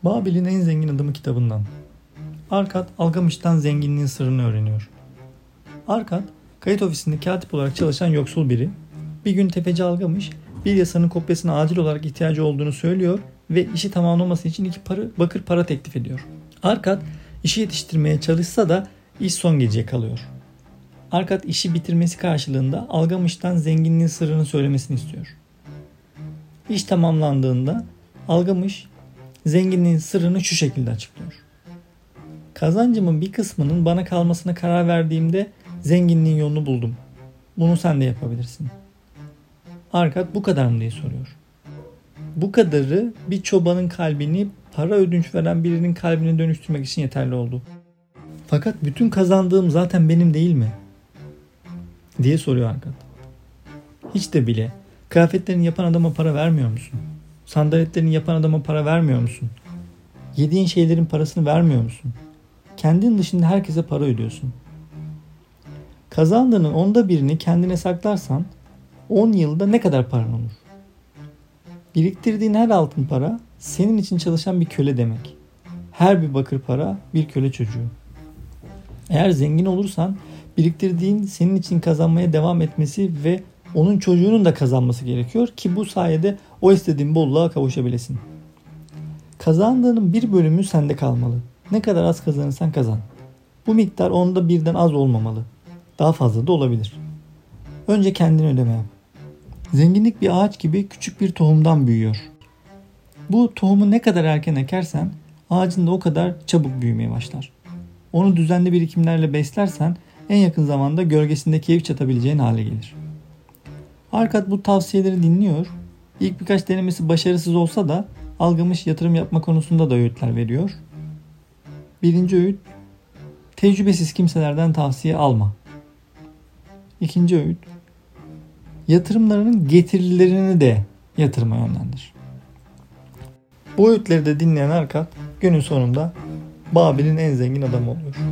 Babil'in en zengin adamı kitabından. Arkad, Algamış'tan zenginliğin sırrını öğreniyor. Arkad, kayıt ofisinde katip olarak çalışan yoksul biri. Bir gün tefeci Algamış, bir yasanın kopyasına acil olarak ihtiyacı olduğunu söylüyor ve işi tamamlaması için bakır para teklif ediyor. Arkad, işi yetiştirmeye çalışsa da iş son geceye kalıyor. Arkad, işi bitirmesi karşılığında Algamış'tan zenginliğin sırrını söylemesini istiyor. İş tamamlandığında Algamış, zenginliğin sırrını şu şekilde açıklıyor. Kazancımın bir kısmının bana kalmasına karar verdiğimde zenginliğin yolunu buldum. Bunu sen de yapabilirsin. Arkad bu kadar mı diye soruyor. Bu kadarı bir çobanın kalbini para ödünç veren birinin kalbine dönüştürmek için yeterli oldu. Fakat bütün kazandığım zaten benim değil mi? Diye soruyor Arkad. Hiç de bile kıyafetlerini yapan adama para vermiyor musun? Sandaletlerini yapan adama para vermiyor musun? Yediğin şeylerin parasını vermiyor musun? Kendin dışında herkese para ödüyorsun. Kazandığının 1/10'ını kendine saklarsan 10 yılda ne kadar paran olur? Biriktirdiğin her altın para senin için çalışan bir köle demek. Her bir bakır para bir köle çocuğu. Eğer zengin olursan biriktirdiğin senin için kazanmaya devam etmesi ve onun çocuğunun da kazanması gerekiyor ki bu sayede o istediğin bolluğa kavuşabilesin. Kazandığının bir bölümü sende kalmalı. Ne kadar az kazanırsan kazan. Bu miktar 1/10'dan az olmamalı. Daha fazla da olabilir. Önce kendini ödeme yap. Zenginlik bir ağaç gibi küçük bir tohumdan büyüyor. Bu tohumu ne kadar erken ekersen ağacın da o kadar çabuk büyümeye başlar. Onu düzenli birikimlerle beslersen en yakın zamanda gölgesinde keyif çatabileceğin hale gelir. Arkad bu tavsiyeleri dinliyor. İlk birkaç denemesi başarısız olsa da Algamış yatırım yapma konusunda da öğütler veriyor. Birinci öğüt, tecrübesiz kimselerden tavsiye alma. İkinci öğüt, yatırımlarının getirilerini de yatırıma yönlendir. Bu öğütleri de dinleyen Arkad günün sonunda Babil'in en zengin adamı oluyor.